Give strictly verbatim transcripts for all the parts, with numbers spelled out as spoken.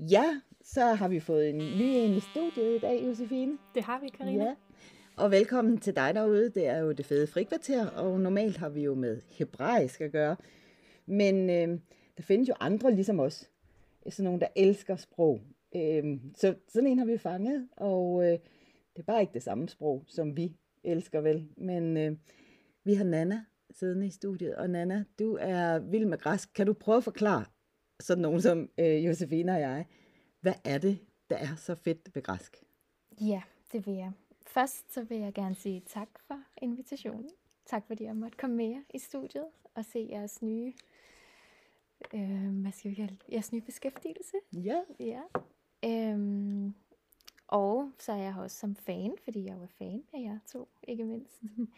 Ja, så har vi fået en ny en i studiet i dag, Josefine. Det har vi, Karina. Ja. Og velkommen til dig derude. Det er jo det fede frikvarter, og normalt har vi jo med hebraisk at gøre. Men øh, der findes jo andre ligesom os. Sådan nogle, der elsker sprog. Øh, så sådan en har vi fanget, og øh, det er bare ikke det samme sprog, som vi elsker vel. Men øh, vi har Nanna siddende i studiet, og Nanna, du er vild med græsk. Kan du prøve at forklare sådan nogen som øh, Josefine og jeg, hvad er det, der er så fedt ved græsk? Ja, det vil jeg. Først så vil jeg gerne sige tak for invitationen. Tak fordi jeg måtte komme med jer i studiet og se jeres nye, øh, hvad skal vi kalde, jeres nye beskæftigelse. Ja. Ja. Øhm, og så er jeg også som fan, fordi jeg var fan af jer to, ikke mindst.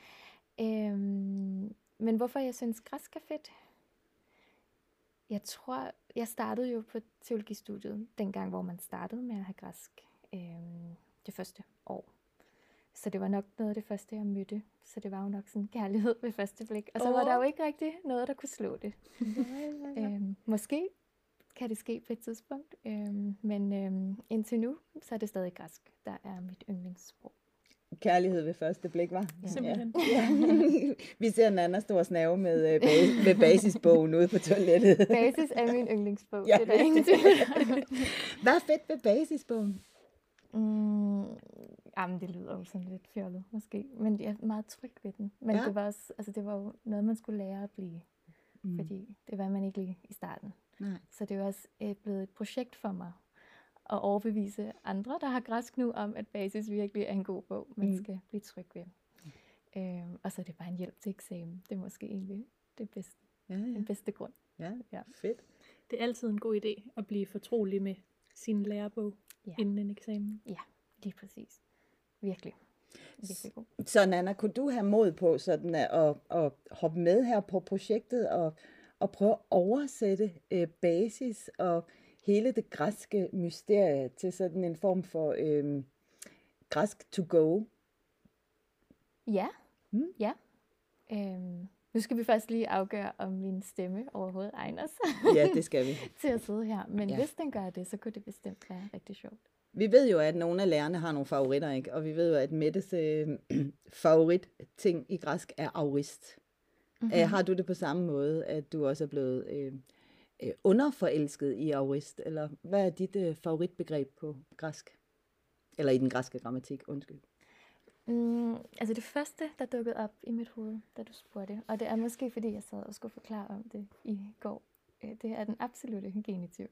øhm, men hvorfor jeg synes græsk er fedt? Jeg tror, jeg startede jo på teologistudiet, dengang hvor man startede med at have græsk øhm, det første år. Så det var nok noget af det første, jeg mødte. Så det var jo nok sådan kærlighed ved første blik. Og så oh. var der jo ikke rigtig noget, der kunne slå det. øhm, måske kan det ske på et tidspunkt. Øhm, men øhm, indtil nu, så er det stadig græsk, der er mit yndlingssprog. Kærlighed ved første blik, var? Ja. Simpelthen. Ja. Vi ser Nanna stå og snave med, øh, med basisbogen ude på toilettet. Basis er min yndlingsbog. Ja. Det er der ingen til. Hvad er fedt ved basisbogen? Mm, jamen, det lyder jo sådan lidt fjollet, måske. Men jeg er meget tryg ved den. Men Ja. det var også, altså det var jo noget, man skulle lære at blive. Mm. Fordi det var man ikke lige i starten. Nej. Så det er også øh, blevet et projekt for mig at overbevise andre, der har græsk nu, om at Basis virkelig er en god bog, man Mm. skal blive tryg ved. Øhm, og så er det bare en hjælp til eksamen. Det er måske egentlig det bedste, Ja, ja. den bedste grund. Ja, Ja. fedt. Det er altid en god idé at blive fortrolig med sin lærebog Ja. inden en eksamen. Ja, lige præcis. Virkelig. Virkelig god. Så Nanna, kunne du have mod på sådan at, at, at hoppe med her på projektet og, og prøve at oversætte øh, basis og hele det græske mysterie til sådan en form for øh, græsk to go? Ja, Mm. ja. Øhm, nu skal vi først lige afgøre, om min stemme overhovedet egner sig Ja, det skal vi. til at sidde her. Men Ja. ja. hvis den gør det, så kunne det bestemt være rigtig sjovt. Vi ved jo, at nogle af lærerne har nogle favoritter, ikke? Og vi ved jo, at Mettes øh, favoritting i græsk er aurist. Mm-hmm. Øh, har du det på samme måde, at du også er blevet øh, øh, underforelsket i aurist? Eller hvad er dit øh, favoritbegreb på græsk? Eller i den græske grammatik, undskyld. Mm, altså det første, der dukkede op i mit hoved, da du spurgte, og det er måske fordi, jeg sad og skulle forklare om det i går, øh, det er den absolute genitiv.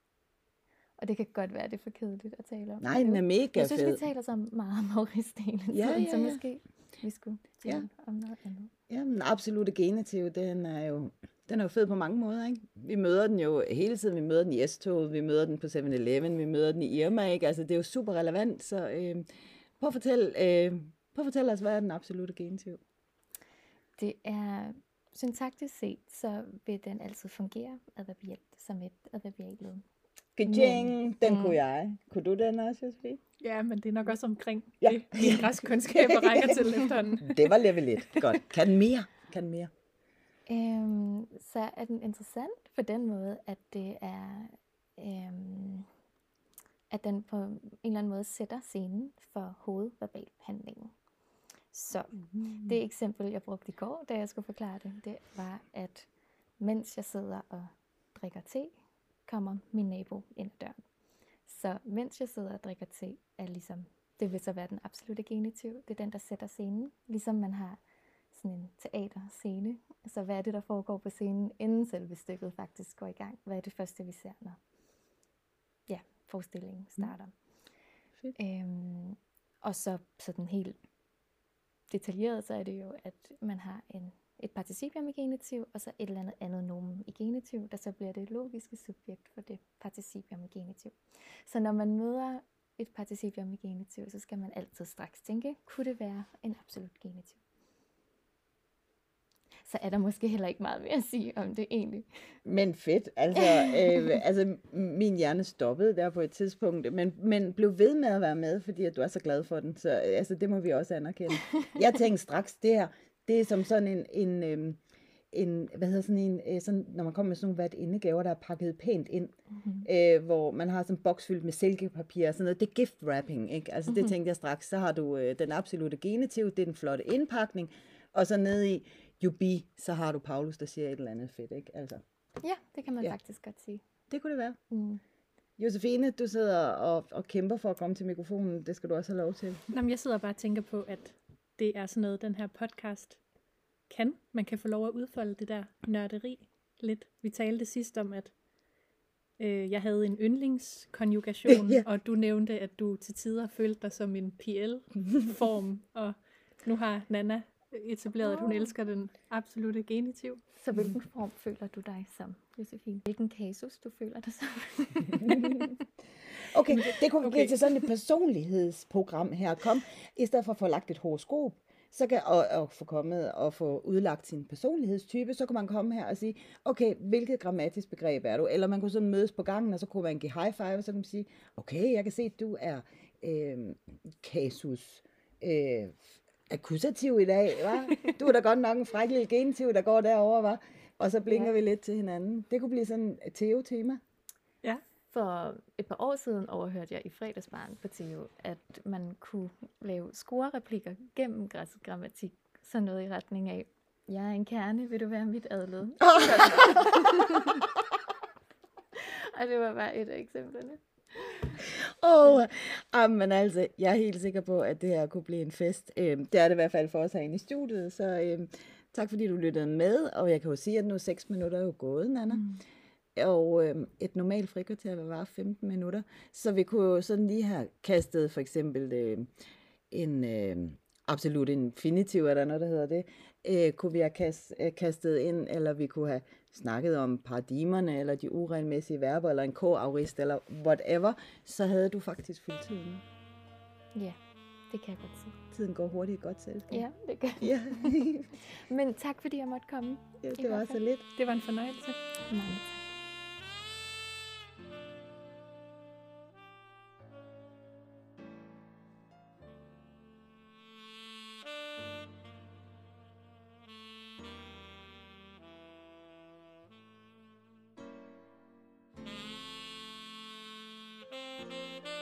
Og det kan godt være, det er for kedeligt at tale om. Nej, den er nu. mega Jeg synes, fed. vi taler så meget om Maurice hele tiden, Ja, ja, så ja. måske vi skulle tale Ja. om noget andet. Ja, den absolute genitiv, den er jo den er jo fed på mange måder, ikke? Vi møder den jo hele tiden. Vi møder den i S-toget, vi møder den på syv eleven, vi møder den i Irma, ikke? Altså, det er jo super relevant, så øh, prøv at fortælle, øh, prøv at fortælle os, hvad er den absolute genitiv? Det er syntaktisk set, så vil den altid fungere adverbielt som et adverbialt led. Gajing, den Mm. kunne jeg. Kunne du den også, Josefine? Ja, men det er nok også omkring Ja. det, min græskundskaber rækker til efterhånden. Det var level et. Godt. Kan den mere? Kan den mere? Øhm, så er den interessant på den måde, at det er, øhm, at den på en eller anden måde sætter scenen for hovedverbalhandlingen. Så Mm. det eksempel, jeg brugte i går, da jeg skulle forklare det, det var, at mens jeg sidder og drikker te, kommer min nabo ind ad døren. Så mens jeg sidder og drikker te, er ligesom, det vil så være den absolutte genitiv. Det er den, der sætter scenen. Ligesom man har sådan en teaterscene. Så hvad er det, der foregår på scenen, inden selve stykket faktisk går i gang? Hvad er det første, vi ser, når ja, forestillingen starter? Fedt. Øhm, og så sådan helt detaljeret, så er det jo, at man har en, et participium i genitiv, og så et eller andet andet nomen i genitiv, der så bliver det logiske subjekt for det participium i genitiv. Så når man møder et participium i genitiv, så skal man altid straks tænke, kunne det være en absolut genitiv? Så er der måske heller ikke meget mere at sige om det egentlig. Men fedt. Altså, øh, altså, min hjerne stoppede der på et tidspunkt, men, men blev ved med at være med, fordi at du er så glad for den. Så altså, det må vi også anerkende. Jeg tænkte straks, det her, det er som sådan en, en, øh, en, hvad hedder sådan en, øh, sådan, når man kommer med sådan nogle værtindegaver, der er pakket pænt ind, Mhm. øh, hvor man har sådan en boks fyldt med silkepapir og sådan noget. Det er gift wrapping, ikke? Altså det Mhm. tænkte jeg straks. Så har du øh, den absolute genitiv, det er den flotte indpakning, og så nede i you be, så har du Paulus, der siger et eller andet fedt, ikke? Altså, Ja, det kan man Ja. faktisk godt sige. det kunne det være. Mm. Josefine, du sidder og, og kæmper for at komme til mikrofonen. Det skal du også have lov til. Nå, men jeg sidder bare og tænker på, at det er sådan noget, den her podcast kan. Man kan få lov at udfolde det der nørderi lidt. Vi talte sidst om, at øh, jeg havde en yndlingskonjugation, Ja. og du nævnte, at du til tider følte dig som en P L-form, og nu har Nana etableret, at hun Åh. elsker den absolute genitiv. Så hvilken form føler du dig som, Josefine? Hvilken kasus du føler dig som? Okay, det kunne Okay. blive til sådan et personlighedsprogram her. Kom, i stedet for at få lagt et horoskop, så kan, og, og få kommet og få udlagt sin personlighedstype, så kunne man komme her og sige, okay, hvilket grammatisk begreb er du? Eller man kunne sådan mødes på gangen, og så kunne man give high five, og så kunne man sige, okay, jeg kan se, at du er øh, kasus øh, akkusativ i dag, hva? Du er da godt nok en fræk lille genitiv, der går derover, hva? Og så blinker Ja. vi lidt til hinanden. Det kunne blive sådan et Theo-tema. Ja. For et par år siden overhørte jeg i fredagsbarn på T V, at man kunne lave scorereplikker gennem græsk grammatik. Sådan noget i retning af, jeg er en kerne, vil du være mit adlød? Og det var bare et af eksemplerne. Åh, oh, men altså, jeg er helt sikker på, at det her kunne blive en fest. Øhm, det er det i hvert fald for os herinde i studiet, så øhm, tak fordi du lyttede med, og jeg kan jo sige, at nu er seks minutter jo gået, Nana. Mm. Og øhm, et normalt frikvarter vil vare femten minutter, så vi kunne jo sådan lige have kastet for eksempel øh, en øh, absolut infinitiv, er der noget, der hedder det, øh, kunne vi have kast, øh, kastet ind, eller vi kunne have snakket om paradigmerne, eller de uregelmæssige verber, eller en k-aurist, eller whatever, så havde du faktisk fyldt tiden. Ja, det kan jeg godt sige. Tiden går hurtigt i godt selskab. Ja, det kan. Ja. Men tak fordi jeg måtte komme. Ja, I det var hvert så fald. lidt. Det var en fornøjelse. Mange tak. Thank you.